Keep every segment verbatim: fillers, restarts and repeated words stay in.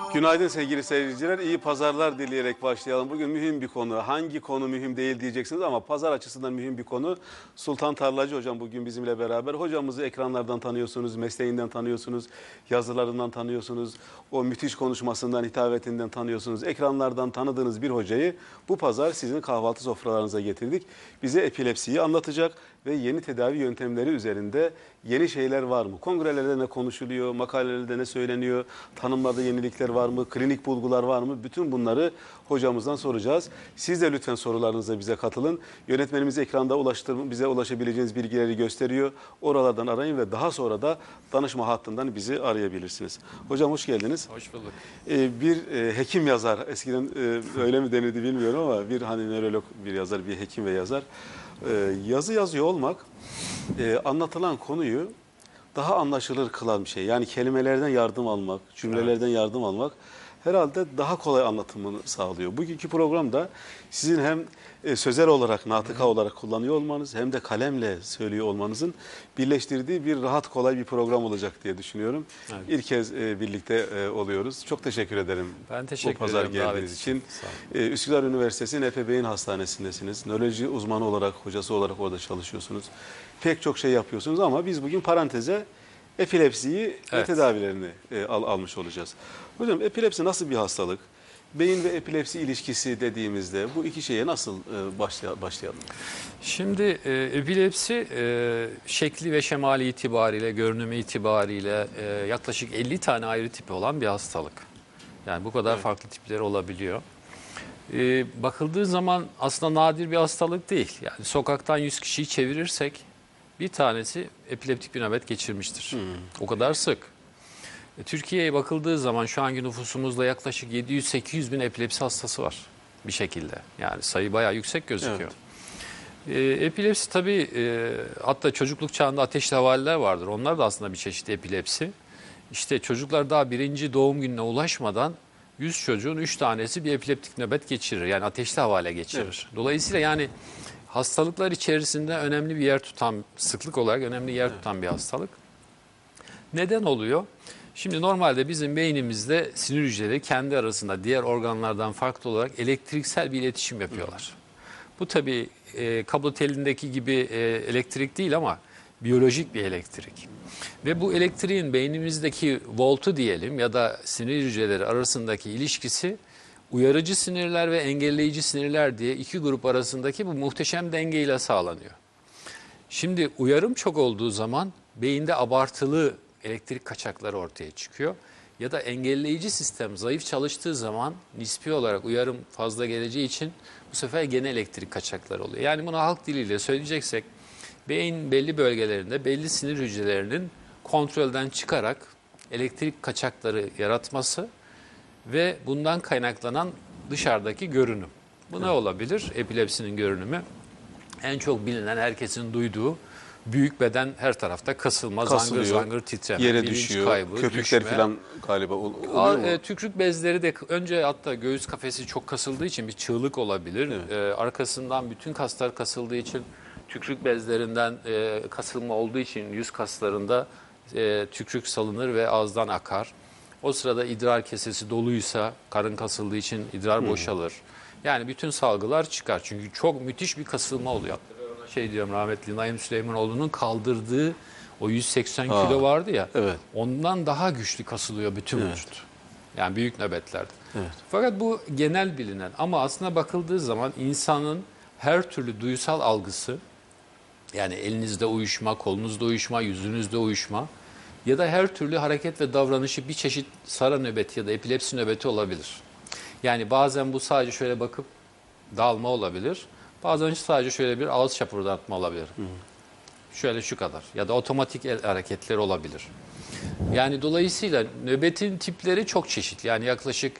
Günaydın sevgili seyirciler. İyi pazarlar dileyerek başlayalım. Bugün mühim bir konu. Hangi konu mühim değil diyeceksiniz ama pazar açısından mühim bir konu. Sultan Tarlacı hocam bugün bizimle beraber. Hocamızı ekranlardan tanıyorsunuz, mesleğinden tanıyorsunuz, yazılarından tanıyorsunuz. O müthiş konuşmasından, hitabetinden tanıyorsunuz. Ekranlardan tanıdığınız bir hocayı bu pazar sizin kahvaltı sofralarınıza getirdik. Bize epilepsiyi anlatacak ve yeni tedavi yöntemleri üzerinde yeni şeyler var mı? Kongrelerde ne konuşuluyor, makalelerde ne söyleniyor, tanımlarda yenilikler var mı, klinik bulgular var mı? Bütün bunları hocamızdan soracağız. Siz de lütfen sorularınızla bize katılın. Yönetmenimiz ekranda ulaştır, bize ulaşabileceğiniz bilgileri gösteriyor. Oralardan arayın ve daha sonra da danışma hattından bizi arayabilirsiniz. Hocam hoş geldiniz. Hoş bulduk. Ee, bir e, hekim yazar, eskiden e, öyle mi denirdi bilmiyorum ama bir hani nörolog bir yazar, bir hekim ve yazar. Ee, yazı yazıyor olmak e, anlatılan konuyu daha anlaşılır kılan bir şey. Yani kelimelerden yardım almak, cümlelerden evet. yardım almak herhalde daha kolay anlatımını sağlıyor. Bugünkü programda sizin hem e, sözel olarak, natıka olarak kullanıyor olmanız hem de kalemle söylüyor olmanızın birleştirdiği bir rahat kolay bir program olacak diye düşünüyorum. Evet. İlk kez e, birlikte e, oluyoruz. Çok teşekkür ederim. Ben teşekkür bu pazar ederim geldiğiniz için. E, Üsküdar Üniversitesi Nefe Beyin Hastanesi'ndesiniz. Nöroloji uzmanı olarak, hocası olarak orada çalışıyorsunuz. Pek çok şey yapıyorsunuz ama biz bugün paranteze epilepsiyi evet. ve tedavilerini e, al, almış olacağız. Hocam epilepsi nasıl bir hastalık? Beyin ve epilepsi ilişkisi dediğimizde bu iki şeye nasıl e, başlay başlayalım? Şimdi e, epilepsi e, şekli ve şemali itibariyle, görünümü itibariyle e, yaklaşık elli tane ayrı tipi olan bir hastalık. Yani bu kadar evet. farklı tipleri olabiliyor. E, bakıldığı zaman aslında nadir bir hastalık değil. Yani sokaktan yüz kişiyi çevirirsek bir tanesi epileptik bir nöbet geçirmiştir. Hmm. O kadar sık. E, Türkiye'ye bakıldığı zaman şu anki nüfusumuzda yaklaşık yedi yüz sekiz yüz bin epilepsi hastası var bir şekilde. Yani sayı bayağı yüksek gözüküyor. Evet. E, epilepsi tabii e, hatta çocukluk çağında ateşli havaleler vardır. Onlar da aslında bir çeşit epilepsi. İşte çocuklar daha birinci doğum gününe ulaşmadan yüz çocuğun üç tanesi bir epileptik nöbet geçirir. Yani ateşli havale geçirir. Evet. Dolayısıyla yani hastalıklar içerisinde önemli bir yer tutan, sıklık olarak önemli yer tutan bir hastalık. Neden oluyor? Şimdi normalde bizim beynimizde sinir hücreleri kendi arasında diğer organlardan farklı olarak elektriksel bir iletişim yapıyorlar. Bu tabii e, kablo telindeki gibi e, elektrik değil ama biyolojik bir elektrik. Ve bu elektriğin beynimizdeki voltu diyelim ya da sinir hücreleri arasındaki ilişkisi uyarıcı sinirler ve engelleyici sinirler diye iki grup arasındaki bu muhteşem dengeyle sağlanıyor. Şimdi uyarım çok olduğu zaman beyinde abartılı elektrik kaçakları ortaya çıkıyor. Ya da engelleyici sistem zayıf çalıştığı zaman nispi olarak uyarım fazla geleceği için bu sefer gene elektrik kaçakları oluyor. Yani bunu halk diliyle söyleyeceksek beyin belli bölgelerinde belli sinir hücrelerinin kontrolden çıkarak elektrik kaçakları yaratması ve bundan kaynaklanan dışarıdaki görünüm. Bu ne olabilir? Epilepsinin görünümü en çok bilinen, herkesin duyduğu büyük beden her tarafta kasılma, Kasılıyor, zangır zangır titreme, yere bilinç düşüyor, kaybı, köpükler düşme. falan galiba oluyor mu? E, tükrük bezleri de önce hatta göğüs kafesi çok kasıldığı için bir çığlık olabilir. Evet. E, arkasından bütün kaslar kasıldığı için tükrük bezlerinden e, kasılma olduğu için yüz kaslarında e, tükrük salınır ve ağızdan akar. O sırada idrar kesesi doluysa karın kasıldığı için idrar boşalır. Yani bütün salgılar çıkar. Çünkü çok müthiş bir kasılma oluyor. Şey diyorum rahmetli Naim Süleymanoğlu'nun kaldırdığı o yüz seksen Aa, kilo vardı ya. Evet. Ondan daha güçlü kasılıyor bütün evet. vücut. Yani büyük nöbetlerde. Evet. Fakat bu genel bilinen ama aslına bakıldığı zaman insanın her türlü duysal algısı, yani elinizde uyuşma, kolunuzda uyuşma, yüzünüzde uyuşma ya da her türlü hareket ve davranışı bir çeşit sara nöbeti ya da epilepsi nöbeti olabilir. Yani bazen bu sadece şöyle bakıp dalma olabilir. Bazen sadece şöyle bir ağız şapırdatma olabilir. Hı. Şöyle şu kadar ya da otomatik el hareketleri olabilir. Yani dolayısıyla nöbetin tipleri çok çeşitli. Yani yaklaşık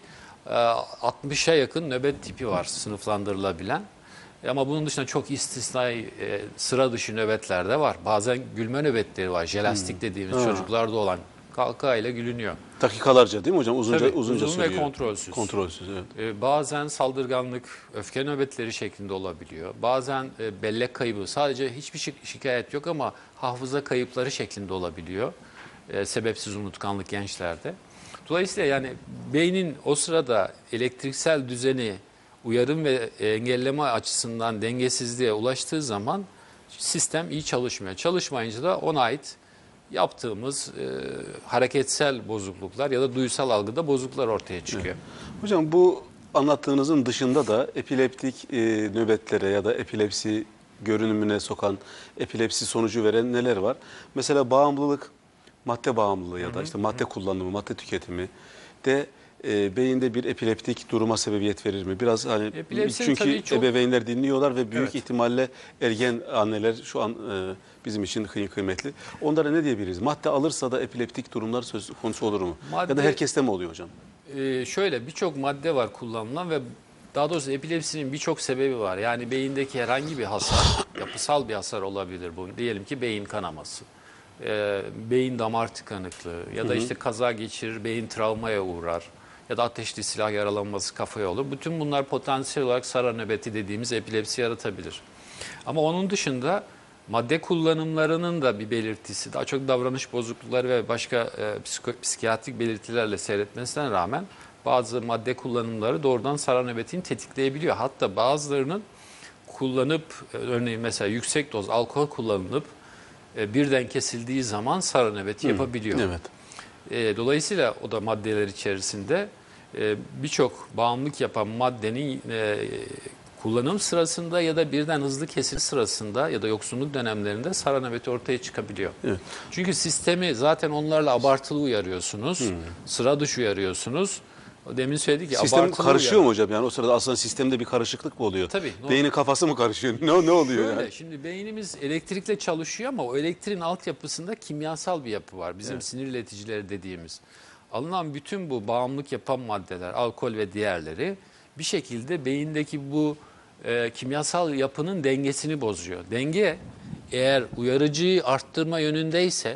altmışa yakın nöbet tipi var sınıflandırılabilen. Ama bunun dışında çok istisnai e, sıra dışı nöbetler de var. Bazen gülme nöbetleri var. Jelastik hmm. dediğimiz ha. çocuklarda olan kahkahayla gülünüyor. Dakikalarca değil mi hocam? Uzunca, Tabii, uzunca uzun sürüyor. ve kontrolsüz. Kontrolsüz evet. E, bazen saldırganlık, öfke nöbetleri şeklinde olabiliyor. Bazen e, bellek kaybı, sadece hiçbir şik şikayet yok ama hafıza kayıpları şeklinde olabiliyor. E, sebepsiz unutkanlık gençlerde. Dolayısıyla yani beynin o sırada elektriksel düzeni uyarım ve engelleme açısından dengesizliğe ulaştığı zaman sistem iyi çalışmıyor. Çalışmayınca da ona ait yaptığımız e, hareketsel bozukluklar ya da duysal algıda bozukluklar ortaya çıkıyor. Evet. Hocam bu anlattığınızın dışında da epileptik e, nöbetlere ya da epilepsi görünümüne sokan, epilepsi sonucu veren neler var? Mesela bağımlılık, madde bağımlılığı ya da işte madde kullanımı, madde tüketimi de e, beyinde bir epileptik duruma sebebiyet verir mi? Biraz hani Epilepsinin çünkü tabii çok- ebeveynler dinliyorlar ve büyük Evet. ihtimalle ergen anneler şu an e, bizim için kıy- kıymetli. Onlara ne diyebiliriz? Madde alırsa da epileptik durumlar söz konusu olur mu? Ya da Madde- herkeste mi oluyor hocam? Ee, şöyle birçok madde var kullanılan ve daha doğrusu epilepsinin birçok sebebi var. Yani beyindeki herhangi bir hasar, yapısal bir hasar olabilir bu. Diyelim ki beyin kanaması, e, beyin damar tıkanıklığı ya da işte kaza geçirir, beyin travmaya uğrar ya da ateşli silah yaralanması kafaya olur. Bütün bunlar potansiyel olarak sara nöbeti dediğimiz epilepsi yaratabilir. Ama onun dışında madde kullanımlarının da bir belirtisi, daha çok davranış bozuklukları ve başka e, psiko, psikiyatrik belirtilerle seyretmesine rağmen bazı madde kullanımları doğrudan sara nöbetini tetikleyebiliyor. Hatta bazılarının kullanıp, e, örneğin mesela yüksek doz alkol kullanılıp e, birden kesildiği zaman sara nöbeti yapabiliyor. Evet. E, dolayısıyla o da maddeler içerisinde e, birçok bağımlılık yapan maddenin e, kullanım sırasında ya da birden hızlı kesim sırasında ya da yoksunluk dönemlerinde sara nöbeti ortaya çıkabiliyor. Evet. Çünkü sistemi zaten onlarla abartılı uyarıyorsunuz, sıra dışı uyarıyorsunuz. O demin söyledik ya, Sistem abartılı karışıyor uyarı. mu hocam? Yani o sırada aslında sistemde bir karışıklık mı oluyor? Tabii, ne Beynin kafası mı karışıyor? Ne, ne oluyor Öyle, yani? şimdi beynimiz elektrikle çalışıyor ama o elektriğin altyapısında kimyasal bir yapı var. Bizim Evet. sinir ileticileri dediğimiz. Alınan bütün bu bağımlılık yapan maddeler, alkol ve diğerleri bir şekilde beyindeki bu e, kimyasal yapının dengesini bozuyor. Denge eğer uyarıcıyı arttırma yönündeyse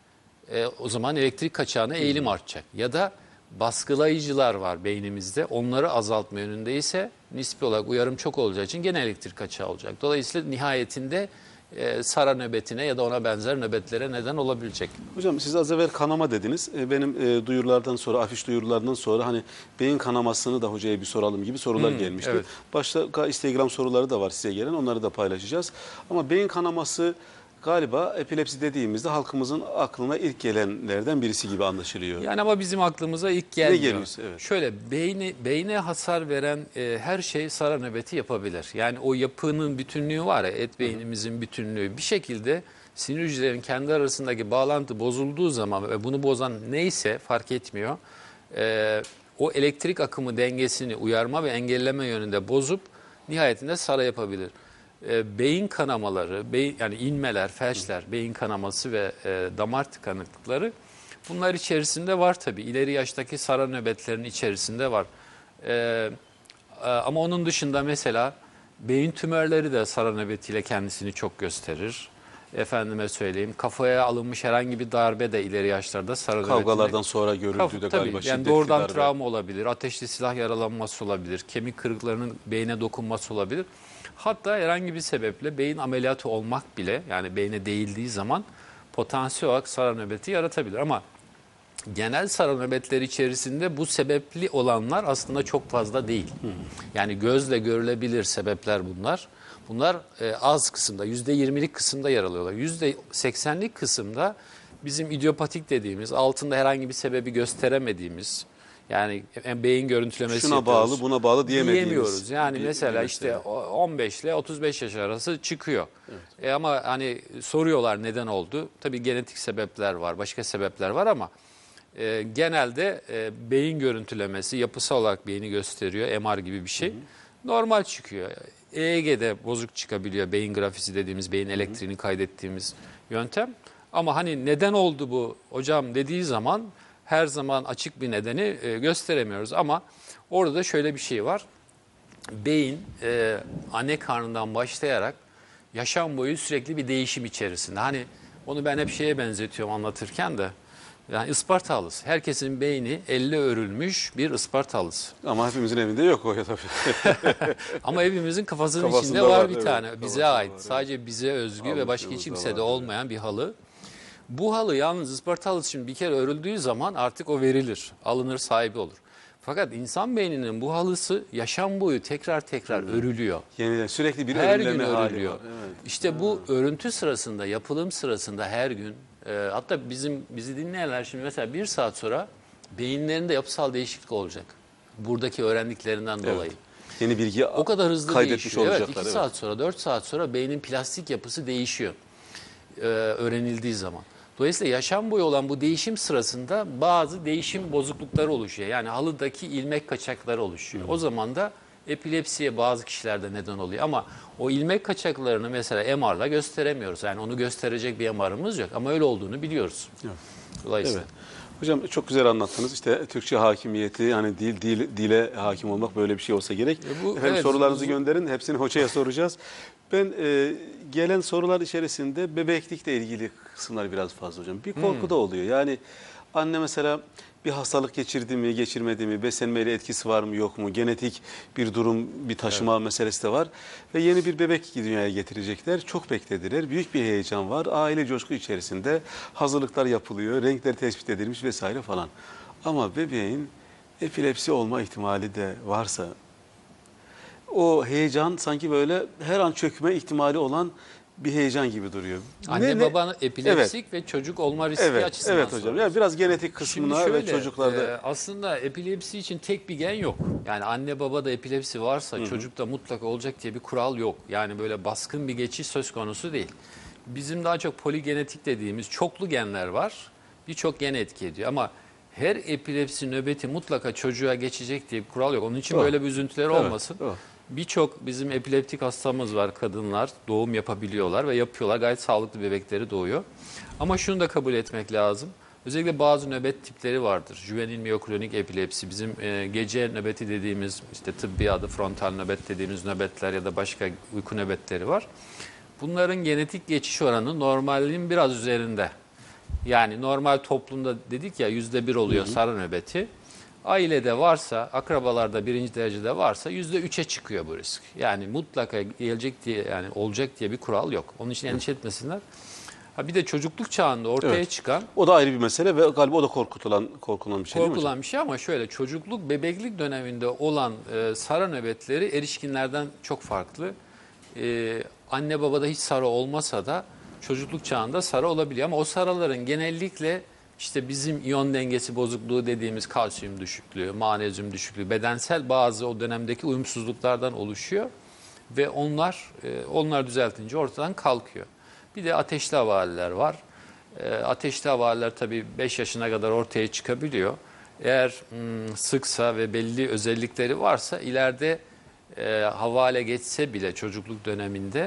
e, o zaman elektrik kaçağına eğilim artacak. Ya da baskılayıcılar var beynimizde. Onları azaltma yönündeyse nispi olarak uyarım çok olacağı için gene elektrik kaçağı olacak. Dolayısıyla nihayetinde e, sara nöbetine ya da ona benzer nöbetlere neden olabilecek. Hocam siz az evvel kanama dediniz. E, Benim e, duyurulardan sonra, afiş duyurularından sonra hani beyin kanamasını da hocaya bir soralım gibi sorular gelmişti. evet. Başta Instagram soruları da var size gelen. Onları da paylaşacağız. Ama beyin kanaması galiba epilepsi dediğimizde halkımızın aklına ilk gelenlerden birisi gibi anlaşılıyor. Yani ama bizim aklımıza ilk gelmiyor. geliyorsa, evet. Şöyle beyni, beyne hasar veren e, her şey sara nöbeti yapabilir. Yani o yapının bütünlüğü var ya, et beynimizin bütünlüğü bir şekilde sinir hücrelerin kendi arasındaki bağlantı bozulduğu zaman ve bunu bozan neyse fark etmiyor. E, o elektrik akımı dengesini uyarma ve engelleme yönünde bozup nihayetinde sara yapabilir. E, beyin kanamaları, beyin, yani inmeler, felçler, beyin kanaması ve e, damar tıkanıklıkları bunlar içerisinde var tabii. İleri yaştaki sara nöbetlerinin içerisinde var. E, e, ama onun dışında mesela beyin tümörleri de sara nöbetiyle kendisini çok gösterir. Efendime söyleyeyim, kafaya alınmış herhangi bir darbe de ileri yaşlarda sara nöbetine... Kavgalardan sonra görüldüğü de Kaf- galiba tabii, şiddetli yani doğrudan darbe. travma olabilir, ateşli silah yaralanması olabilir, kemik kırıklarının beyne dokunması olabilir. Hatta herhangi bir sebeple beyin ameliyatı olmak bile, yani beyne değildiği zaman potansiyel olarak sara nöbeti yaratabilir. Ama genel sara nöbetleri içerisinde bu sebepli olanlar aslında çok fazla değil. Yani gözle görülebilir sebepler bunlar. Bunlar e, az kısımda, yüzde yirmilik kısımda yer alıyorlar. yüzde seksenlik kısımda bizim idiopatik dediğimiz, altında herhangi bir sebebi gösteremediğimiz, yani beyin görüntülemesi Şuna yapıyoruz. bağlı, buna bağlı diyemediğimiz. Diyemiyoruz. Yani bir- mesela bir işte mesele. on beş ile otuz beş yaş arası çıkıyor. E ama hani soruyorlar neden oldu? Tabii genetik sebepler var, başka sebepler var ama e, genelde e, beyin görüntülemesi yapısal olarak beyni gösteriyor, M R gibi bir şey. Hı hı. Normal çıkıyor. E E G'de bozuk çıkabiliyor, beyin grafisi dediğimiz, beyin elektriğini kaydettiğimiz yöntem. Ama hani neden oldu bu hocam dediği zaman her zaman açık bir nedeni e, gösteremiyoruz. Ama orada da şöyle bir şey var. Beyin e, anne karnından başlayarak yaşam boyu sürekli bir değişim içerisinde. Hani onu ben hep şeye benzetiyorum anlatırken de. Yani Isparta halısı. Herkesin beyni elle örülmüş bir Isparta halısı. Ama hepimizin evinde yok o ya tabii. Ama hepimizin kafasının Kafasında içinde var, var, bir evet. tane. Bize Kafasında ait. var, evet. Sadece bize özgü ve başka Almışlığımız hiç da kimsede var, olmayan bir halı. Bu halı yalnız Isparta halısı için bir kere örüldüğü zaman artık o verilir, alınır, sahibi olur. Fakat insan beyninin bu halısı yaşam boyu tekrar tekrar örülüyor. Yeniden sürekli bir Her gün örümleme hali örülüyor. var. Evet. İşte bu örüntü sırasında, yapılım sırasında her gün, e, hatta bizim bizi dinleyenler şimdi mesela bir saat sonra beyinlerinde yapısal değişiklik olacak. Buradaki öğrendiklerinden Evet. dolayı. Yeni bilgi O kadar hızlı kaydetmiş değişiyor. Evet, olacaklar. iki saat sonra, dört saat sonra beynin plastik yapısı değişiyor. E, öğrenildiği zaman. Dolayısıyla yaşam boyu olan bu değişim sırasında bazı değişim bozuklukları oluşuyor. Yani halıdaki ilmek kaçakları oluşuyor. O zaman da epilepsiye bazı kişilerde neden oluyor. Ama o ilmek kaçaklarını mesela M R'la gösteremiyoruz. Yani onu gösterecek bir M R'ımız yok. Ama öyle olduğunu biliyoruz. Evet. Dolayısıyla. Evet. Hocam çok güzel anlattınız. İşte Türkçe hakimiyeti, yani dil, dil dile hakim olmak böyle bir şey olsa gerek. E bu, Efendim evet, sorularınızı bu- gönderin. Hepsini hocaya soracağız. Ben e, gelen sorular içerisinde bebeklikle ilgili kısımlar biraz fazla hocam. Bir korku Hmm. da oluyor. Yani anne mesela bir hastalık geçirdi mi, geçirmedi mi, beslenmeyle etkisi var mı, yok mu, genetik bir durum, bir taşıma meselesi de var. Ve yeni bir bebek dünyaya getirecekler. Çok beklediler. Büyük bir heyecan var. Aile coşku içerisinde hazırlıklar yapılıyor. Renkler tespit edilmiş vesaire falan. Ama bebeğin epilepsi olma ihtimali de varsa o heyecan sanki böyle her an çökme ihtimali olan bir heyecan gibi duruyor. Anne Ne- ne- babanın epilepsik ve çocuk olma riski Evet, açısından evet hocam. soruyoruz. Yani biraz genetik Şimdi kısmına şöyle, ve çocuklarda e, aslında epilepsi için tek bir gen yok. Yani anne babada epilepsi varsa çocukta mutlaka olacak diye bir kural yok. Yani böyle baskın bir geçiş söz konusu değil. Bizim daha çok poligenetik dediğimiz çoklu genler var. Birçok gen etki ediyor ama her epilepsi nöbeti mutlaka çocuğa geçecek diye bir kural yok. Onun için Oh. böyle bir üzüntüleri Evet, olmasın. oh. Birçok bizim epileptik hastamız var, kadınlar doğum yapabiliyorlar ve yapıyorlar. Gayet sağlıklı bebekleri doğuyor. Ama şunu da kabul etmek lazım. Özellikle bazı nöbet tipleri vardır. Juvenil miyoklonik epilepsi, bizim e, gece nöbeti dediğimiz, işte tıbbi adı frontal nöbet dediğimiz nöbetler ya da başka uyku nöbetleri var. Bunların genetik geçiş oranı normalin biraz üzerinde. Yani normal toplumda dedik ya yüzde bir oluyor sarı nöbeti. Ailede varsa, akrabalarda birinci derecede varsa yüzde üçe çıkıyor bu risk. Yani mutlaka gelecek diye, yani olacak diye bir kural yok. Onun için endişe etmesinler. Ha bir de çocukluk çağında ortaya Evet. çıkan o da ayrı bir mesele ve galiba o da korkutulan korkulan bir şey değil mi hocam? korkulan bir şey ama şöyle çocukluk, bebeklik döneminde olan e, sarı nöbetleri erişkinlerden çok farklı. E, anne babada hiç sarı olmasa da çocukluk çağında sarı olabiliyor ama o sarıların genellikle işte bizim iyon dengesi bozukluğu dediğimiz kalsiyum düşüklüğü, magnezyum düşüklüğü, bedensel bazı o dönemdeki uyumsuzluklardan oluşuyor ve onlar e, onlar düzeltince ortadan kalkıyor. Bir de ateşli havaleler var. E, ateşli havaleler tabii beş yaşına kadar ortaya çıkabiliyor. Eğer hmm, sıksa ve belli özellikleri varsa ileride e, havale geçse bile çocukluk döneminde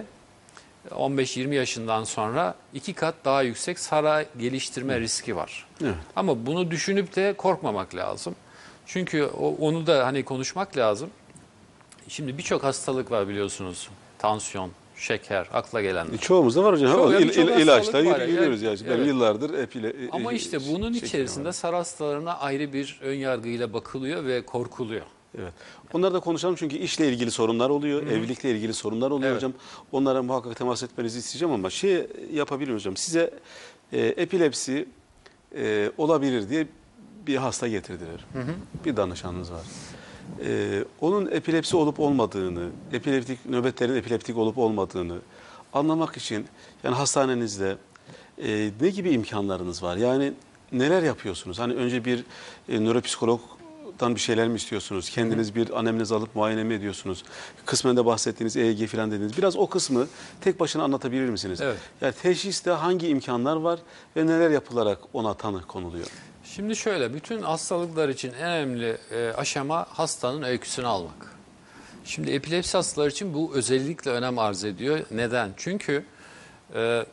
on beş yirmi yaşından sonra iki kat daha yüksek sara geliştirme riski var. Evet. Ama bunu düşünüp de korkmamak lazım. Çünkü o- onu da hani konuşmak lazım. Şimdi birçok hastalık var biliyorsunuz. Tansiyon, şeker, akla gelenler. Çoğumuzda var hocam. Çoğu- İl, il, birçok ilaçla hastalık var. yürü- yürüyoruz Evet, yani. Ben evet. yıllardır epile, Ama e, işte bunun şeker içerisinde var. sarı hastalarına ayrı bir ön yargıyla bakılıyor ve korkuluyor. Evet. Onları da konuşalım çünkü işle ilgili sorunlar oluyor, evlilikle ilgili sorunlar oluyor Evet. hocam. Onlara muhakkak temas etmenizi isteyeceğim ama şey yapabilirim hocam. Size e, epilepsi e, olabilir diye bir hasta getirdiler. Bir danışanınız var. E, onun epilepsi olup olmadığını, epileptik nöbetlerin epileptik olup olmadığını anlamak için yani hastanenizde e, ne gibi imkanlarınız var? Yani neler yapıyorsunuz? Hani önce bir e, nöropsikologdan bir şeyler mi istiyorsunuz? Kendiniz bir anemnez alıp muayene mi ediyorsunuz? Kısmen de bahsettiğiniz E E G falan dediniz. Biraz o kısmı tek başına anlatabilir misiniz? Evet. Yani teşhiste hangi imkanlar var ve neler yapılarak ona tanı konuluyor? Şimdi şöyle, bütün hastalıklar için en önemli e, aşama hastanın öyküsünü almak. Şimdi epilepsi hastaları için bu özellikle önem arz ediyor. Neden? Çünkü e,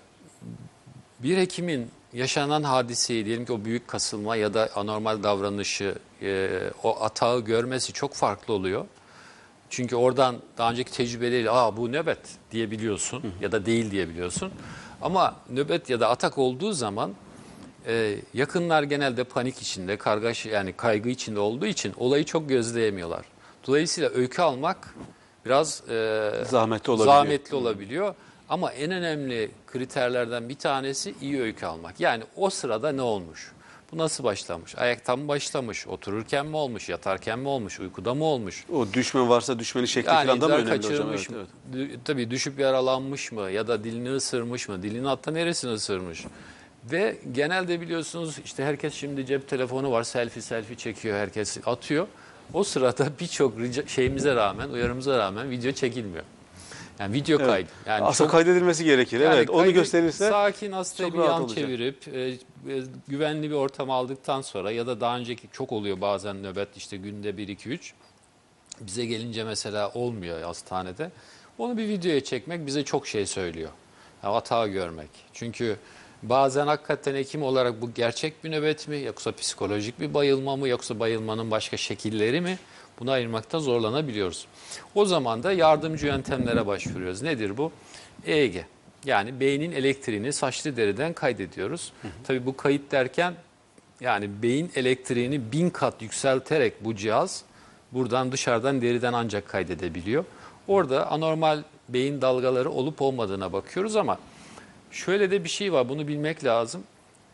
bir hekimin yaşanan hadiseyi, diyelim ki o büyük kasılma ya da anormal davranışı, e, o atağı görmesi çok farklı oluyor. Çünkü oradan daha önceki tecrübeleriyle aa bu nöbet diyebiliyorsun ya da değil diyebiliyorsun. Ama nöbet ya da atak olduğu zaman e, yakınlar genelde panik içinde, kargaşa yani kaygı içinde olduğu için olayı çok gözleyemiyorlar. Dolayısıyla öykü almak biraz e, Zahmetli olabiliyor. zahmetli olabiliyor. Ama en önemli kriterlerden bir tanesi iyi uyku almak. Yani o sırada ne olmuş? Bu nasıl başlamış? Ayakta mı başlamış? Otururken mi olmuş? Yatarken mi olmuş? Uykuda mı olmuş? O düşme varsa düşmenin şekli Yani falan da mı idrar önemli hocam? kaçırmış Evet, mı? evet. Dü- Tabii düşüp yaralanmış mı? Ya da dilini ısırmış mı? Dilini hatta neresini ısırmış? Ve genelde biliyorsunuz işte herkes şimdi cep telefonu var. Selfie selfie çekiyor. Herkes atıyor. O sırada birçok rica- şeyimize rağmen, uyarımıza rağmen video çekilmiyor. Yani video Evet. kaydı. Yani Aslında çok- kaydedilmesi gerekir. yani Evet. Onu kaydı- gösterirse sakin hastayı çok bir rahat yan olacak. çevirip e, e, güvenli bir ortam aldıktan sonra ya da daha önceki çok oluyor bazen nöbet işte günde bir iki üç bize gelince mesela olmuyor hastanede. Onu bir videoya çekmek bize çok şey söylüyor. Yani hata görmek. Çünkü bazen hakikaten hekim olarak bu gerçek bir nöbet mi yoksa psikolojik bir bayılma mı yoksa bayılmanın başka şekilleri mi? Bunu ayırmakta zorlanabiliyoruz. O zaman da yardımcı yöntemlere başvuruyoruz. Nedir bu? E E G. Yani beynin elektriğini saçlı deriden kaydediyoruz. Hı hı. Tabii bu kayıt derken yani beyin elektriğini bin kat yükselterek bu cihaz buradan dışarıdan deriden ancak kaydedebiliyor. Orada anormal beyin dalgaları olup olmadığına bakıyoruz ama şöyle de bir şey var, bunu bilmek lazım.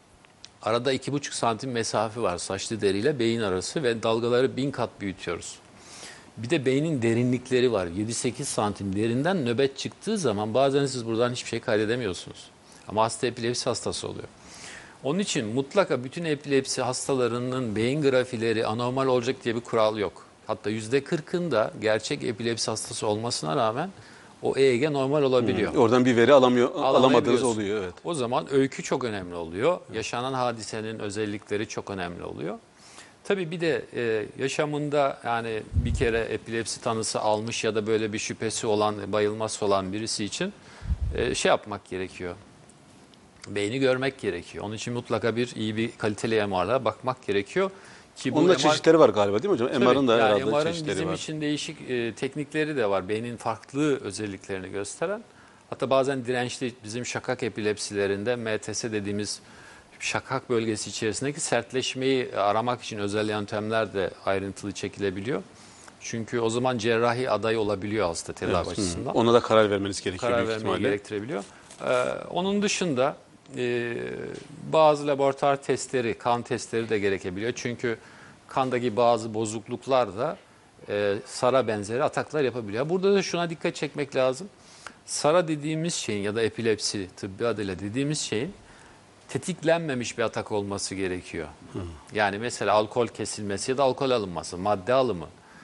Arada iki buçuk santim mesafe var saçlı deriyle beyin arası ve dalgaları bin kat büyütüyoruz. Bir de beynin derinlikleri var. yedi sekiz santim derinden nöbet çıktığı zaman bazen siz buradan hiçbir şey kaydedemiyorsunuz. Ama hasta epilepsi hastası oluyor. Onun için mutlaka bütün epilepsi hastalarının beyin grafileri anormal olacak diye bir kural yok. Hatta yüzde kırkında gerçek epilepsi hastası olmasına rağmen o E E G normal olabiliyor. Hmm, oradan bir veri alamıyor, alamadığınız Alamayabiliyorsun. oluyor. Evet. O zaman öykü çok önemli oluyor. Yaşanan hadisenin özellikleri çok önemli oluyor. Tabii bir de e, yaşamında yani bir kere epilepsi tanısı almış ya da böyle bir şüphesi olan, bayılması olan birisi için e, şey yapmak gerekiyor. Beyni görmek gerekiyor. Onun için mutlaka bir iyi bir kaliteli M R'lara bakmak gerekiyor. Ki bu Onun da M R çeşitleri var galiba değil mi hocam? Tabii, M R'ın da yani herhalde M R'ın çeşitleri bizim var. için değişik e, teknikleri de var. Beynin farklı özelliklerini gösteren. Hatta bazen dirençli bizim şakak epilepsilerinde M T S dediğimiz şakak bölgesi içerisindeki sertleşmeyi aramak için özel yöntemler de ayrıntılı çekilebiliyor. Çünkü o zaman cerrahi adayı olabiliyor hasta tedavi Evet, açısından. Ona da karar vermeniz gerekiyor Karar büyük vermeyi ihtimalle. gerektirebiliyor. Ee, onun dışında e, bazı laboratuvar testleri, kan testleri de gerekebiliyor. Çünkü kandaki bazı bozukluklar da e, SARA benzeri ataklar yapabiliyor. Burada da şuna dikkat çekmek lazım. SARA dediğimiz şeyin ya da epilepsi tıbbi adıyla dediğimiz şeyin tetiklenmemiş bir atak olması gerekiyor. Hı. Yani mesela alkol kesilmesi ya da alkol alınması, madde alımı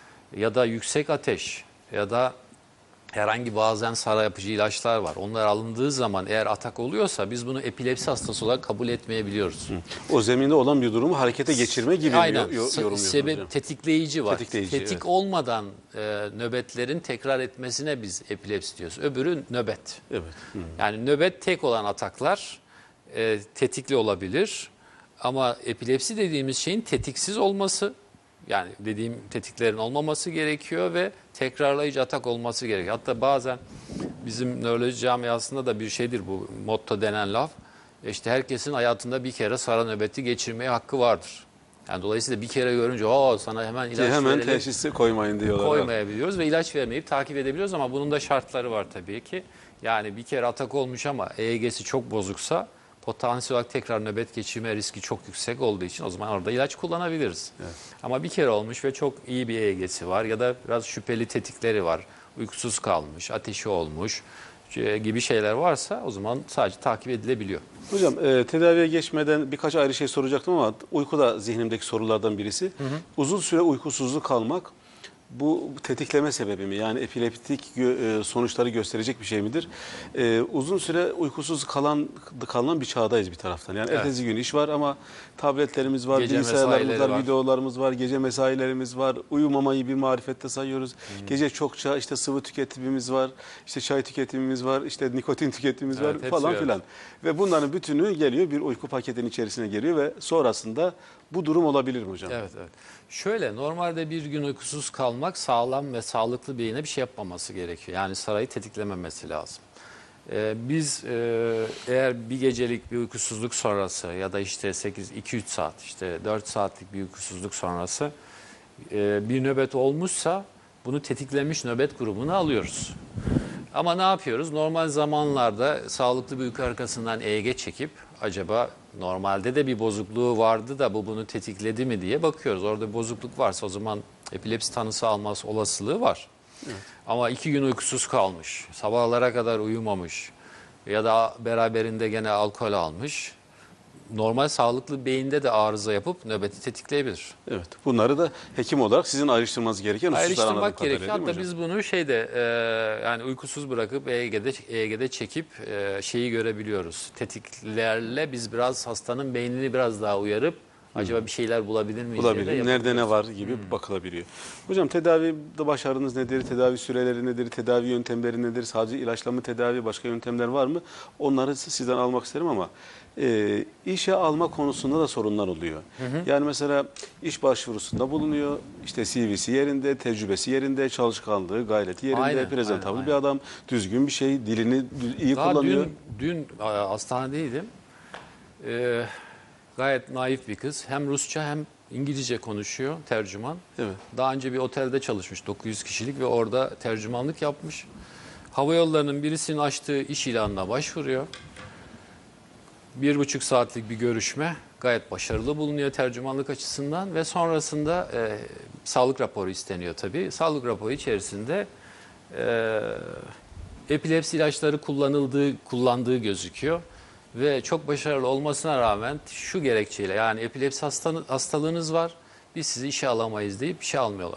ya da yüksek ateş ya da herhangi bazen SARA yapıcı ilaçlar var. Onlar alındığı zaman eğer atak oluyorsa biz bunu epilepsi hastası olarak kabul etmeyebiliyoruz. Hı. O zeminde olan bir durumu harekete geçirme gibi Aynen. mi yo- yorumluyorsunuz Sebep hocam? tetikleyici var. Tetikleyici, Tetik evet. olmadan e, nöbetlerin tekrar etmesine biz epilepsi diyoruz. Öbürü nöbet. Evet. Hı. Yani nöbet tek olan ataklar e, tetikli olabilir. Ama epilepsi dediğimiz şeyin tetiksiz olması, yani dediğim tetiklerin olmaması gerekiyor ve tekrarlayıcı atak olması gerekiyor. Hatta bazen bizim nöroloji camiasında da bir şeydir bu motto denen laf. İşte herkesin hayatında bir kere SARA nöbeti geçirmeye hakkı vardır. Yani dolayısıyla bir kere görünce o sana hemen ilaç Hemen verelim, teşhisi koymayın diyorlar. koymayabiliyoruz ve ilaç vermeyip takip edebiliyoruz ama bunun da şartları var tabii ki. Yani bir kere atak olmuş ama E E G'si çok bozuksa potansiyel olarak tekrar nöbet geçirme riski çok yüksek olduğu için o zaman orada ilaç kullanabiliriz. Evet. Ama bir kere olmuş ve çok iyi bir E E G'si var ya da biraz şüpheli tetikleri var. Uykusuz kalmış, ateşi olmuş gibi şeyler varsa o zaman sadece takip edilebiliyor. Hocam e, tedaviye geçmeden birkaç ayrı şey soracaktım ama uyku da zihnimdeki sorulardan birisi. Hı hı. Uzun süre uykusuzluk kalmak bu tetikleme sebebi mi? Yani epileptik gö- e, sonuçları gösterecek bir şey midir? E, uzun süre uykusuz kalan kalan bir çağdayız bir taraftan. Yani Evet. ertesi gün iş var ama tabletlerimiz var, Gece bilgisayarlarımız mesaileri var, var. videolarımız var, gece mesailerimiz var. Uyumamayı bir marifette sayıyoruz. Hı. Gece çokça işte sıvı tüketimimiz var, işte çay tüketimimiz var, işte nikotin tüketimimiz Evet, var hepsi falan var. filan. Ve bunların bütünü geliyor bir uyku paketinin içerisine geliyor ve sonrasında bu durum olabilir mi hocam? Evet, evet. Şöyle normalde bir gün uykusuz kalmak sağlam ve sağlıklı beyine bir şey yapmaması gerekiyor. Yani sarayı tetiklememesi lazım. Ee, biz e, eğer bir gecelik bir uykusuzluk sonrası ya da işte sekiz iki üç saat işte dört saatlik bir uykusuzluk sonrası e, bir nöbet olmuşsa bunu tetiklemiş nöbet grubunu alıyoruz. Ama ne yapıyoruz? Normal zamanlarda sağlıklı bir uyku arkasından E E G çekip acaba normalde de bir bozukluğu vardı da bu bunu tetikledi mi diye bakıyoruz. Orada bir bozukluk varsa o zaman epilepsi tanısı alması olasılığı var. Evet. Ama iki gün uykusuz kalmış, sabahlara kadar uyumamış ya da beraberinde gene alkol almış. Normal sağlıklı beyinde de arıza yapıp nöbeti tetikleyebilir. Evet. Bunları da hekim olarak sizin ayrıştırmanız gereken hususlar anladığım Ayrıştırmak kadarıyla, gerekiyor. değil mi Hatta hocam? biz bunu şeyde e, yani uykusuz bırakıp E E G'de, E E G'de çekip e, şeyi görebiliyoruz. Tetiklerle biz biraz hastanın beynini biraz daha uyarıp acaba bir şeyler bulabilir miyiz? diye de Bulabilir. Nerede ne yapabiliyoruz. var gibi bakılabiliyor. Hocam tedavide başarınız nedir? Tedavi süreleri nedir? Tedavi yöntemleri nedir? Sadece ilaçla mı tedavi? Başka yöntemler var mı? Onları sizden almak isterim ama e, işe alma konusunda da sorunlar oluyor. Hı hı. Yani mesela iş başvurusunda bulunuyor. İşte C V'si yerinde, tecrübesi yerinde, çalışkanlığı, gayreti yerinde, Aynen, prezentabl aynen, bir adam, düzgün bir şey, dilini iyi Daha kullanıyor. dün, dün a, hastanedeydim. Ee, gayet naif bir kız. Hem Rusça hem İngilizce konuşuyor, tercüman. Evet. Daha önce bir otelde çalışmış, dokuz yüz kişilik ve orada tercümanlık yapmış. Havayollarının birisinin açtığı iş ilanına başvuruyor. Bir buçuk saatlik bir görüşme, gayet başarılı bulunuyor tercümanlık açısından ve sonrasında e, sağlık raporu isteniyor tabii. Sağlık raporu içerisinde e, epilepsi ilaçları kullanıldığı kullandığı gözüküyor ve çok başarılı olmasına rağmen şu gerekçeyle, yani epilepsi hastanı, hastalığınız var, biz sizi işe alamayız deyip işe almıyorlar.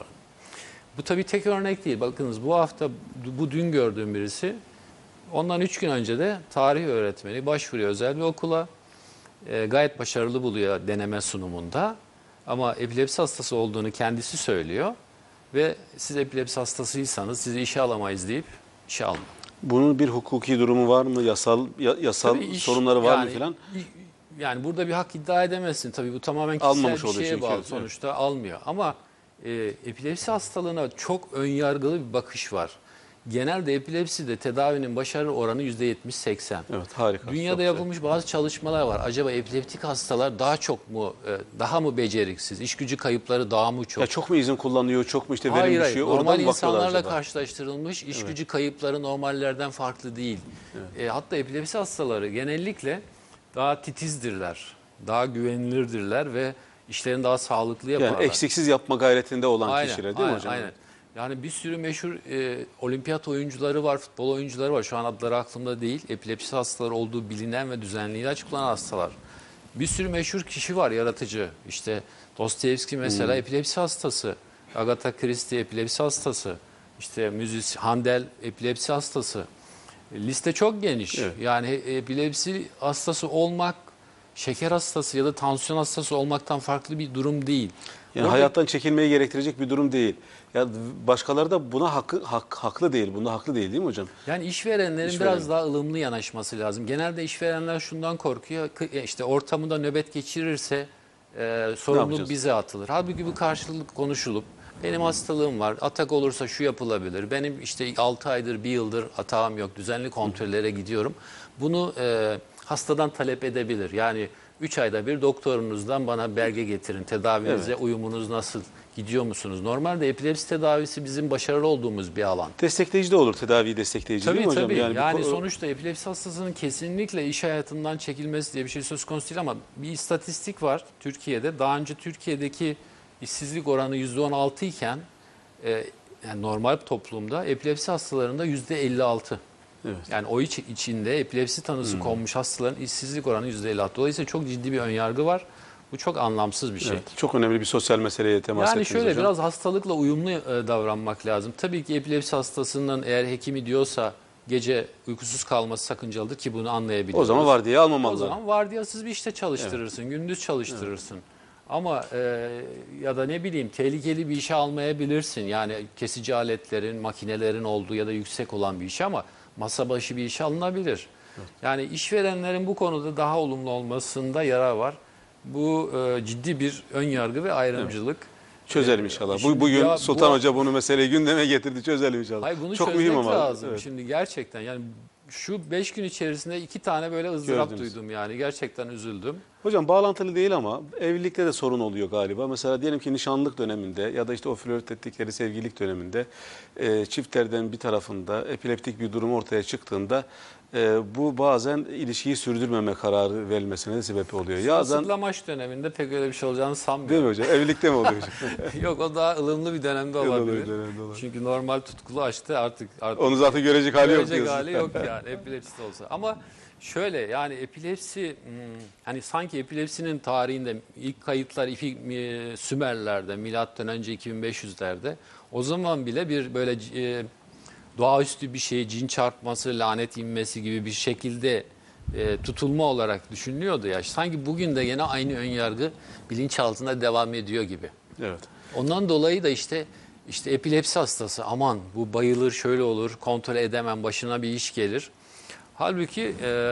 Bu tabii tek örnek değil. Bakınız, bu hafta, bu dün gördüğüm birisi, ondan üç gün önce de tarih öğretmeni başvuruyor özel bir okula. E, gayet başarılı buluyor deneme sunumunda. Ama epilepsi hastası olduğunu kendisi söylüyor. Ve siz epilepsi hastasıysanız sizi işe alamayız deyip işe almıyor. Bunun bir hukuki durumu var mı? Yasal ya- yasal Tabii iş- sorunları var yani, mı filan? Yani burada bir hak iddia edemezsin. Tabii bu tamamen kişisel Almamış bir oluyor şeye çünkü, bağlı. evet. Sonuçta almıyor. Ama e, epilepsi hastalığına çok önyargılı bir bakış var. Genelde epilepside tedavinin başarı oranı yüzde yetmiş seksen. Evet, harika. Dünyada Çok güzel. yapılmış bazı çalışmalar var. Acaba epileptik hastalar daha çok mu, e, daha mı beceriksiz? İş gücü kayıpları daha mı çok? Ya çok mu izin kullanıyor, çok mu işte verim Hayır hayır. düşüyor? Oradan Normal mı bakıyorlar insanlarla acaba? karşılaştırılmış iş gücü kayıpları normallerden farklı değil. E, hatta epilepsi hastaları genellikle daha titizdirler, daha güvenilirdirler ve işlerini daha sağlıklı yaparlar. Yani eksiksiz yapma gayretinde olan Aynen, kişiler değil aynen, mi hocam? aynen. Yani bir sürü meşhur e, olimpiyat oyuncuları var, futbol oyuncuları var. Şu an adları aklımda değil. Epilepsi hastaları olduğu bilinen ve düzenli ilaç kullanan hastalar. Bir sürü meşhur kişi var, yaratıcı. İşte Dostoyevski mesela Hmm. epilepsi hastası. Agatha Christie epilepsi hastası. İşte müzis Handel epilepsi hastası. E, liste çok geniş. Evet. Yani epilepsi hastası olmak, şeker hastası ya da tansiyon hastası olmaktan farklı bir durum değil. Yani Orada- hayattan çekilmeyi gerektirecek bir durum değil. Ya başkaları da buna hakkı, hak, haklı değil. Bunda haklı değil değil mi hocam? Yani işverenlerin İşveren. biraz daha ılımlı yanaşması lazım. Genelde işverenler şundan korkuyor. K- işte ortamında nöbet geçirirse e, sorumluluk yapacağız? bize atılır. Halbuki bu karşılıklı konuşulup benim hastalığım var, atak olursa şu yapılabilir. Benim işte altı aydır, bir yıldır atağım yok, düzenli kontrollere gidiyorum. Bunu e, hastadan talep edebilir. Yani üç ayda bir doktorunuzdan bana belge getirin. Tedavinize Evet. uyumunuz nasıl? Gidiyor musunuz? Normalde epilepsi tedavisi bizim başarılı olduğumuz bir alan. Destekleyici de olur, tedaviyi destekleyici Tabii değil mi hocam? tabii. Yani, Yani, bir ko- sonuçta epilepsi hastasının kesinlikle iş hayatından çekilmesi diye bir şey söz konusu değil ama bir istatistik var Türkiye'de. Daha önce Türkiye'deki işsizlik oranı yüzde on altı iken e, yani normal toplumda epilepsi hastalarında yüzde elli altı. Evet. Yani o iç, içinde epilepsi tanısı konmuş hastaların işsizlik oranı yüzde elli altı. Dolayısıyla çok ciddi bir önyargı var. Bu çok anlamsız bir şey. Evet, çok önemli bir sosyal meseleye temas Yani ettiniz şöyle hocam. biraz hastalıkla uyumlu e, davranmak lazım. Tabii ki epilepsi hastasının eğer hekimi diyorsa gece uykusuz kalması sakıncalıdır ki bunu anlayabiliyoruz. O zaman var diye almamalı. O zaman vardiyasız bir işte çalıştırırsın, gündüz çalıştırırsın. Ama e, ya da ne bileyim tehlikeli bir işe almayabilirsin. Yani kesici aletlerin, makinelerin olduğu ya da yüksek olan bir iş ama masa başı bir işe alınabilir. Evet. Yani işverenlerin bu konuda daha olumlu olmasında yarar var. Bu e, ciddi bir ön yargı ve ayrımcılık. Evet. Çözelim inşallah. Şimdi Bu, bugün ya, Sultan bu, Hoca bunu meseleyi gündeme getirdi. Çözelim inşallah. Hayır, bunu çok çözmek mühim ama. lazım. Evet. Şimdi gerçekten yani şu beş gün içerisinde iki tane böyle ızdırap Gördünüz. duydum yani. Gerçekten üzüldüm. Hocam bağlantılı değil ama evlilikte de sorun oluyor galiba. Mesela diyelim ki nişanlık döneminde ya da işte o flört ettikleri sevgililik döneminde e, çiftlerden bir tarafında epileptik bir durum ortaya çıktığında e, bu bazen ilişkiyi sürdürmeme kararı verilmesine de sebep oluyor. Ya bazen, Sıklamaç döneminde pek öyle bir şey olacağını değil sanmıyorum. mi hocam? Evlilikte mi oluyor hocam? Yok, o daha ılımlı bir dönemde Ilımlı bir olabilir. dönemde olabilir. Çünkü normal tutkulu açtı artık. artık Onu zaten görecek hali yok görecek diyorsun. hali yok yani epilepsi de olsa. Ama şöyle, yani epilepsi hmm, hani sanki epilepsinin tarihinde ilk kayıtlar ilk, e, Sümerler'de milattan önce iki bin beş yüzlerde, o zaman bile bir böyle e, doğaüstü bir şey, cin çarpması, lanet inmesi gibi bir şekilde e, tutulma olarak düşünülüyordu ya. Sanki bugün de yine aynı önyargı bilinçaltında devam ediyor gibi. Evet. Ondan dolayı da işte işte epilepsi hastası, aman bu bayılır, şöyle olur, kontrol edemem, başına bir iş gelir. Halbuki e,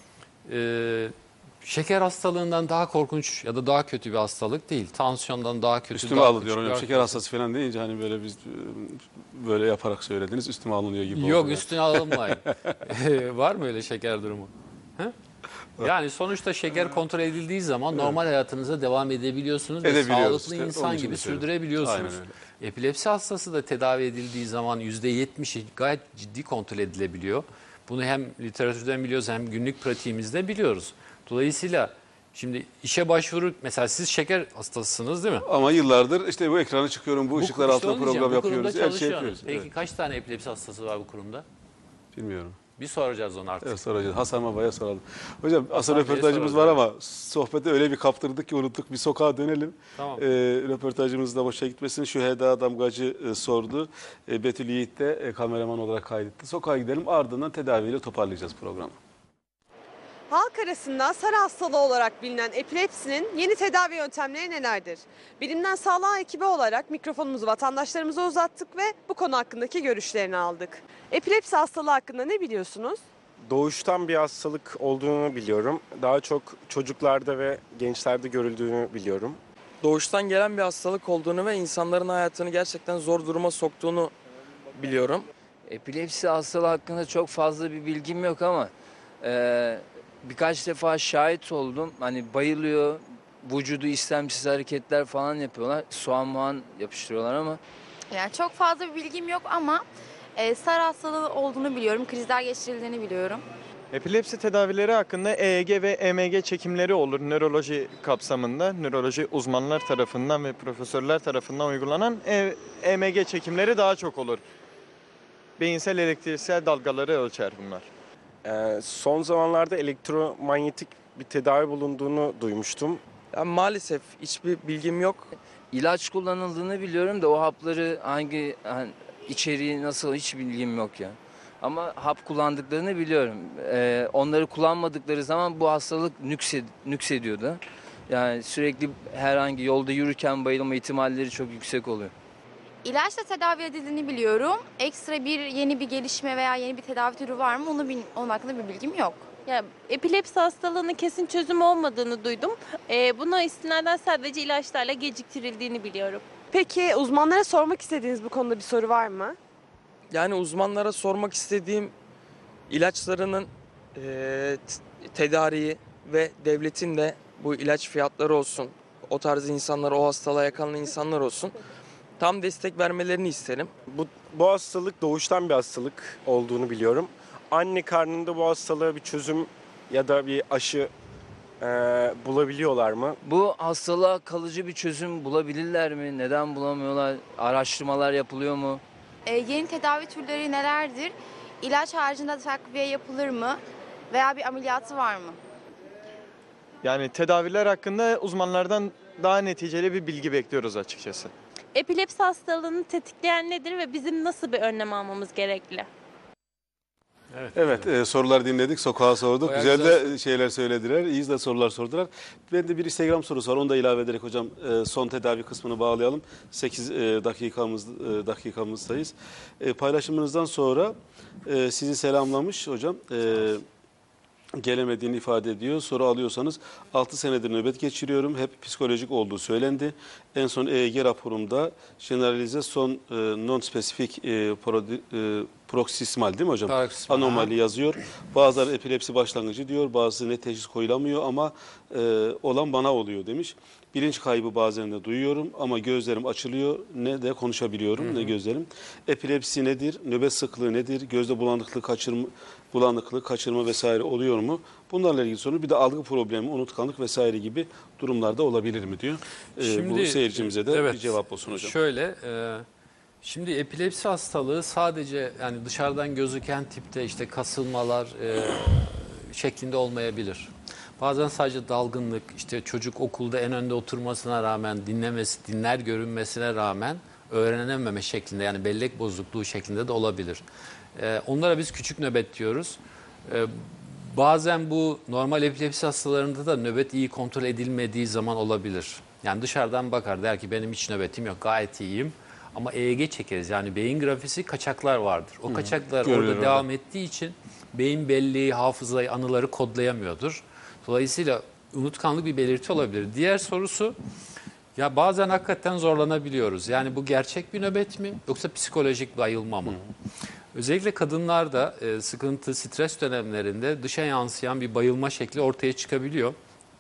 e, şeker hastalığından daha korkunç ya da daha kötü bir hastalık değil. Tansiyondan daha kötü. Üstüme daha alınıyor küçük hocam. bir Şeker hastası falan deyince hani böyle biz e, böyle yaparak söylediniz. Üstüme alınıyor gibi oldu. Yok, üstüne alınmayın. Var mı öyle şeker durumu? He? Yani sonuçta şeker kontrol edildiği zaman normal hayatınıza devam edebiliyorsunuz ve Edebiliyoruz sağlıklı işte, insan onun için gibi söylüyorum. sürdürebiliyorsunuz. Aynen öyle. Epilepsi hastası da tedavi edildiği zaman yüzde yetmişi gayet ciddi kontrol edilebiliyor. Bunu hem literatürden biliyoruz hem günlük pratiğimizde biliyoruz. Dolayısıyla şimdi işe başvurur, mesela siz şeker hastasısınız değil mi? Ama yıllardır işte bu ekrana çıkıyorum, bu, ışıklar işte altında onu diyeceğim, program bu kurumda yapıyoruz, her şey çalışıyorsunuz. yapıyoruz. Peki Evet. kaç tane epilepsi hastası var bu kurumda? Bilmiyorum. Bir soracağız onu artık. Evet, soracağız. Hasan Baba'ya soralım. Hocam asıl Bey'e röportajımız var ama sohbeti öyle bir kaptırdık ki unuttuk. Bir sokağa dönelim. Tamam. Ee, röportajımız da boşa gitmesin. Şu Heda Damgacı e, sordu. E, Betül Yiğit de e, kameraman olarak kaydetti. Sokağa gidelim, ardından tedaviyle toparlayacağız programı. Halk arasında sarı hastalığı olarak bilinen epilepsinin yeni tedavi yöntemleri nelerdir? Bilimden Sağlığa ekibi olarak mikrofonumuzu vatandaşlarımıza uzattık ve bu konu hakkındaki görüşlerini aldık. Epilepsi hastalığı hakkında ne biliyorsunuz? Doğuştan bir hastalık olduğunu biliyorum. Daha çok çocuklarda ve gençlerde görüldüğünü biliyorum. Doğuştan gelen bir hastalık olduğunu ve insanların hayatını gerçekten zor duruma soktuğunu biliyorum. Epilepsi hastalığı hakkında çok fazla bir bilgim yok ama e, birkaç defa şahit oldum. Hani bayılıyor, vücudu istemsiz hareketler falan yapıyorlar. Soğan muğan yapıştırıyorlar ama. Yani çok fazla bir bilgim yok ama e, sarı hastalığı olduğunu biliyorum. Krizler geçirildiğini biliyorum. Epilepsi tedavileri hakkında E E G ve E M G çekimleri olur nöroloji kapsamında. Nöroloji uzmanlar tarafından ve profesörler tarafından uygulanan E- EMG çekimleri daha çok olur. Beyinsel elektriksel dalgaları ölçer bunlar. Ee, son zamanlarda elektromanyetik bir tedavi bulunduğunu duymuştum. Yani maalesef hiçbir bilgim yok. İlaç kullanıldığını biliyorum da o hapları hangi hani, içeriği nasıl hiç bilgim yok ya. Ama hap kullandıklarını biliyorum. E, onları kullanmadıkları zaman bu hastalık nüksed, nüksediyordu. Yani sürekli herhangi yolda yürürken bayılma ihtimalleri çok yüksek oluyor. İlaçla tedavi edildiğini biliyorum. Ekstra bir yeni bir gelişme veya yeni bir tedavi türü var mı? Onu bil, onun hakkında bir bilgim yok. Ya, epilepsi hastalığının kesin çözümü olmadığını duydum. Ee, buna istinaden sadece ilaçlarla geciktirildiğini biliyorum. Peki uzmanlara sormak istediğiniz bu konuda bir soru var mı? Yani uzmanlara sormak istediğim ilaçlarının e, t- tedariği ve devletin de bu ilaç fiyatları olsun, o tarz insanlar, o hastalığa yakalanan insanlar olsun, tam destek vermelerini isterim. Bu, bu hastalık doğuştan bir hastalık olduğunu biliyorum. Anne karnında bu hastalığa bir çözüm ya da bir aşı e, bulabiliyorlar mı? Bu hastalığa kalıcı bir çözüm bulabilirler mi? Neden bulamıyorlar? Araştırmalar yapılıyor mu? E, yeni tedavi türleri nelerdir? İlaç haricinde takviye yapılır mı? Veya bir ameliyatı var mı? Yani tedaviler hakkında uzmanlardan daha neticeli bir bilgi bekliyoruz açıkçası. Epilepsi hastalığını tetikleyen nedir ve bizim nasıl bir önlem almamız gerekli? Evet, e, sorular dinledik, sokağa sorduk. Bayağı Güzel güzel. de şeyler söylediler, iyi de sorular sordular. Ben de bir Instagram sorusu var, onu da ilave ederek hocam e, son tedavi kısmını bağlayalım. sekiz e, dakikamız e, dakikamızdayız. E, paylaşımınızdan sonra e, sizi selamlamış hocam. E, gelemediğini ifade ediyor. Soru alıyorsanız altı senedir nöbet geçiriyorum. Hep psikolojik olduğu söylendi. En son E E G raporumda generalize son e, non-spesifik e, prodi- e, proksismal değil mi hocam? Paroksismal, Anomali yazıyor. Bazıları epilepsi başlangıcı diyor. Bazısı net teşhis koyulamıyor ama e, olan bana oluyor demiş. Bilinç kaybı bazen de duyuyorum ama gözlerim açılıyor. Ne de konuşabiliyorum, hı hı. ne gözlerim. Epilepsi nedir? Nöbet sıklığı nedir? Gözde bulanıklık, kaçırma, bulanıklık, kaçırma vesaire oluyor mu? Bunlarla ilgili soru. Bir de algı problemi, unutkanlık vesaire gibi durumlarda olabilir mi diyor. Ee, Şimdi, bu seyircimize de evet, bir cevap olsun hocam. Şöyle, e, şimdi epilepsi hastalığı sadece yani dışarıdan gözüken tipte işte kasılmalar e, şeklinde olmayabilir. Bazen sadece dalgınlık, işte çocuk okulda en önde oturmasına rağmen, dinlemesi, dinler görünmesine rağmen öğrenememe şeklinde, yani bellek bozukluğu şeklinde de olabilir. Ee, onlara biz küçük nöbet diyoruz. Ee, bazen bu normal epilepsi hastalarında da nöbet iyi kontrol edilmediği zaman olabilir. Yani dışarıdan bakar, der ki benim hiç nöbetim yok, gayet iyiyim. Ama E E G çekeriz, yani beyin grafisi kaçaklar vardır. O kaçaklar Görülür orada orada. devam ettiği için beyin belleği, hafızayı, anıları kodlayamıyordur. Dolayısıyla unutkanlık bir belirti olabilir. Diğer sorusu, ya bazen hakikaten zorlanabiliyoruz. Yani bu gerçek bir nöbet mi yoksa psikolojik bayılma mı? Hı. Özellikle kadınlarda e, sıkıntı, stres dönemlerinde dışa yansıyan bir bayılma şekli ortaya çıkabiliyor.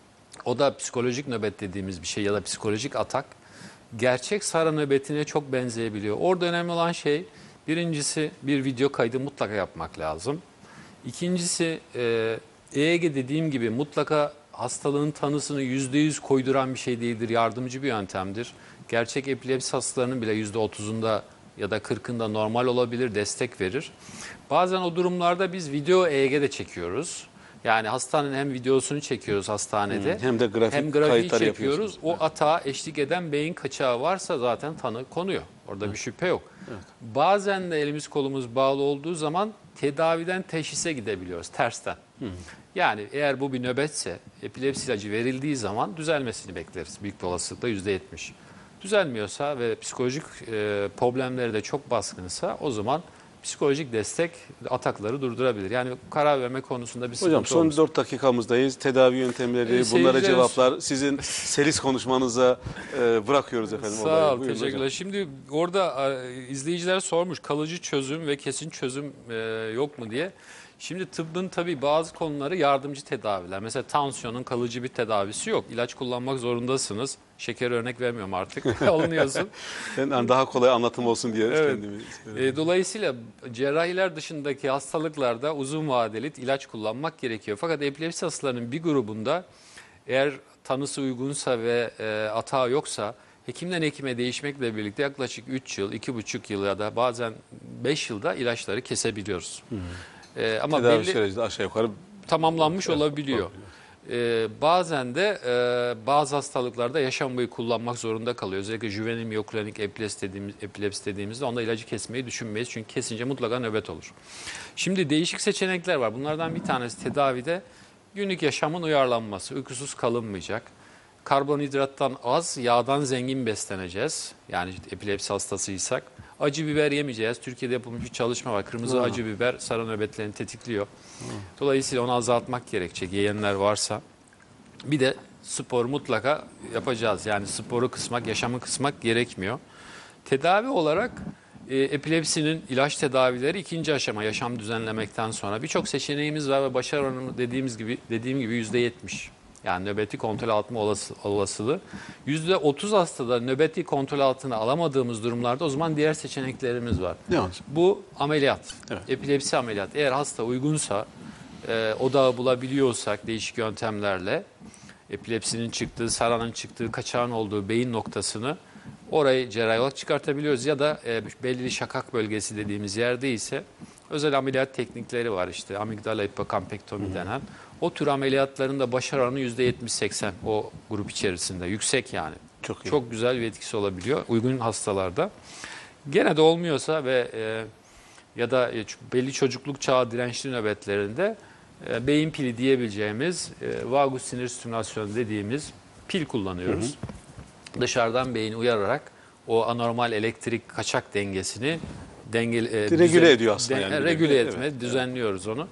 O da psikolojik nöbet dediğimiz bir şey ya da psikolojik atak. Gerçek SARA nöbetine çok benzeyebiliyor. Orada önemli olan şey, birincisi bir video kaydı mutlaka yapmak lazım. İkincisi e, E E G dediğim gibi mutlaka hastalığın tanısını yüzde yüz koyduran bir şey değildir. Yardımcı bir yöntemdir. Gerçek epilepsi hastalarının bile yüzde otuzunda ya da kırkında normal olabilir, destek verir. Bazen o durumlarda biz video E E G de çekiyoruz. Yani hastanenin hem videosunu çekiyoruz hastanede, hem de grafik hem grafiği kayıtları çekiyoruz. yapıyorsunuz. O Evet. atağa eşlik eden beyin kaçağı varsa zaten tanı konuyor. Orada bir şüphe yok. Evet. Bazen de elimiz kolumuz bağlı olduğu zaman tedaviden teşhise gidebiliyoruz tersten. Hı. Yani eğer bu bir nöbetse epilepsi ilacı verildiği zaman düzelmesini bekleriz. Büyük bir olasılıkla yüzde yetmiş. Düzelmiyorsa ve psikolojik e, problemleri de çok baskınsa o zaman psikolojik destek atakları durdurabilir. Yani karar verme konusunda bir sıkıntı Hocam son olmuş. dört dakikamızdayız. Tedavi yöntemleri, Ee, bunlara seyirciler- cevaplar sizin seris konuşmanıza e, bırakıyoruz efendim. Sağ olayı. ol, Buyurun teşekkürler. hocam. Şimdi orada e, izleyiciler sormuş kalıcı çözüm ve kesin çözüm e, yok mu diye. Şimdi tıbbın tabii bazı konuları yardımcı tedaviler. Mesela tansiyonun kalıcı bir tedavisi yok. İlaç kullanmak zorundasınız. Şeker örnek vermiyorum artık. Alınıyorsun. Ben yani daha kolay anlatım olsun diye Evet. kendimi E, dolayısıyla cerrahiler dışındaki hastalıklarda uzun vadeli ilaç kullanmak gerekiyor. Fakat epilepsi hastalarının bir grubunda eğer tanısı uygunsa ve e, atağı yoksa hekimden hekime değişmekle birlikte yaklaşık üç yıl, iki buçuk yıl ya da bazen beş yılda ilaçları kesebiliyoruz. Hı. E, ama tedavi belli süreci de aşağı yukarı tamamlanmış Evet, olabiliyor. olabiliyor. Ee, bazen de e, bazı hastalıklarda yaşam boyu kullanmak zorunda kalıyor. Özellikle juvenil miyoklonik epilepsi dediğimiz, epilepsi dediğimizde onda ilacı kesmeyi düşünmeyiz. Çünkü kesince mutlaka nöbet olur. Şimdi değişik seçenekler var. Bunlardan bir tanesi tedavide günlük yaşamın uyarlanması. Uykusuz kalınmayacak. Karbonhidrattan az, yağdan zengin besleneceğiz. Yani epilepsi hastasıysak. Acı biber yemeyeceğiz. Türkiye'de yapılmış bir çalışma var. Kırmızı Ha. acı biber SARA nöbetlerini tetikliyor. Dolayısıyla onu azaltmak gerekecek yiyenler varsa. Bir de spor mutlaka yapacağız. Yani sporu kısmak, yaşamı kısmak gerekmiyor. Tedavi olarak e, epilepsinin ilaç tedavileri ikinci aşama yaşam düzenlemekten sonra birçok seçeneğimiz var ve başarı oranı dediğimiz gibi dediğim gibi yüzde yetmiş. Yani nöbeti kontrol altına olası, olasılığı. yüzde otuz hastada nöbeti kontrol altına alamadığımız durumlarda o zaman diğer seçeneklerimiz var. Ne hocam? Bu ameliyat. Evet. Epilepsi ameliyat. Eğer hasta uygunsa, e, odağı bulabiliyorsak değişik yöntemlerle epilepsinin çıktığı, SARA'nın çıktığı, kaçağın olduğu beyin noktasını orayı cerrahi olarak çıkartabiliyoruz. Ya da e, belli şakak bölgesi dediğimiz yerde ise özel ameliyat teknikleri var işte. Amigdala hipokampektomi denen. O tür ameliyatların da başarı oranı yüzde yetmiş seksen o grup içerisinde. Yüksek yani. Çok iyi. Çok güzel bir etkisi olabiliyor uygun hastalarda. Gene de olmuyorsa ve e, ya da e, belli çocukluk çağı dirençli nöbetlerinde e, beyin pili diyebileceğimiz e, vagus sinir stimülasyonu dediğimiz pil kullanıyoruz. Hı hı. Dışarıdan beyni uyararak o anormal elektrik kaçak dengesini denge, e, regüle ediyor aslında den- yani. regüle Evet, etme, evet. düzenliyoruz onu.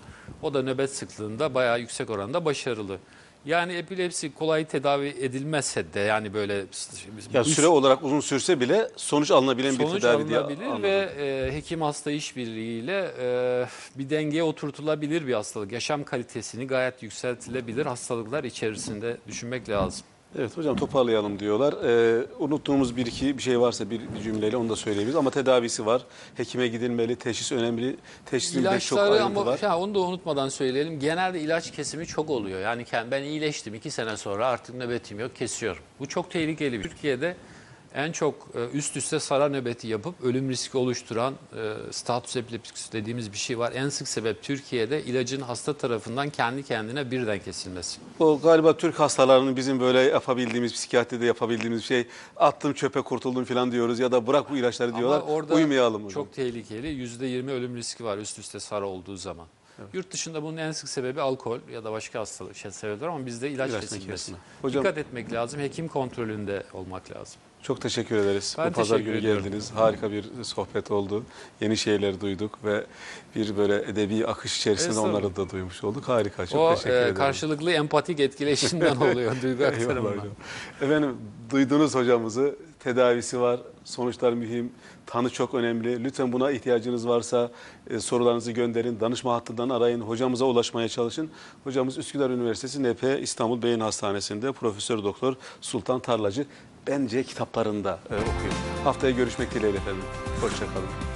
O da nöbet sıklığında bayağı yüksek oranda başarılı. Yani epilepsi kolay tedavi edilmezse de yani böyle Ya süre olarak uzun sürse bile sonuç alınabilen bir sonuç tedavi diye alınabilir anladım. ve e, hekim hasta işbirliğiyle e, bir dengeye oturtulabilir bir hastalık. Yaşam kalitesini gayet yükseltilebilir hastalıklar içerisinde düşünmek lazım. Evet hocam, toparlayalım diyorlar. Ee, unuttuğumuz bir iki bir şey varsa bir, bir cümleyle onu da söyleyebiliriz. Ama tedavisi var. Hekime gidilmeli. Teşhis önemli. Teşhisin pek çok İlaçları ayrıntı ama var. ya onu da unutmadan söyleyelim. Genelde ilaç kesimi çok oluyor. Yani ben iyileştim iki sene sonra artık nöbetim yok, kesiyorum. Bu çok tehlikeli bir. Türkiye'de en çok üst üste sara nöbeti yapıp ölüm riski oluşturan e, status epilepticus dediğimiz bir şey var. En sık sebep Türkiye'de ilacın hasta tarafından kendi kendine birden kesilmesi. O galiba Türk hastalarının bizim böyle yapabildiğimiz, psikiyatride yapabildiğimiz şey, attım çöpe kurtuldum falan diyoruz ya da bırak bu ilaçları diyorlar. Ama orada uymayalım hocam. çok tehlikeli. yüzde yirmi ölüm riski var üst üste sara olduğu zaman. Evet. Yurt dışında bunun en sık sebebi alkol ya da başka hastalık şey sebepler ama bizde ilaç İlaç kesilmesi. kesme. Hocam, dikkat etmek lazım. Hekim kontrolünde olmak lazım. çok teşekkür ederiz. Ben Bu pazar teşekkür günü ediyorum. geldiniz. Harika bir sohbet oldu. Yeni şeyler duyduk ve bir böyle edebi akış içerisinde Estağfurullah. onları da duymuş olduk. Harika. Çok O teşekkür e, ederim. karşılıklı empatik etkileşimden oluyor. Duygu Eyvallah aktarımından. hocam. Efendim, duydunuz hocamızı. Tedavisi var. Sonuçlar mühim. Tanı çok önemli. Lütfen buna ihtiyacınız varsa e, sorularınızı gönderin. Danışma hattından arayın. Hocamıza ulaşmaya çalışın. Hocamız Üsküdar Üniversitesi N P İstanbul Beyin Hastanesi'nde Profesör Doktor Sultan Tarlacı. Bence kitaplarında e, okuyun. Haftaya görüşmek dileğiyle efendim. Hoşça kalın.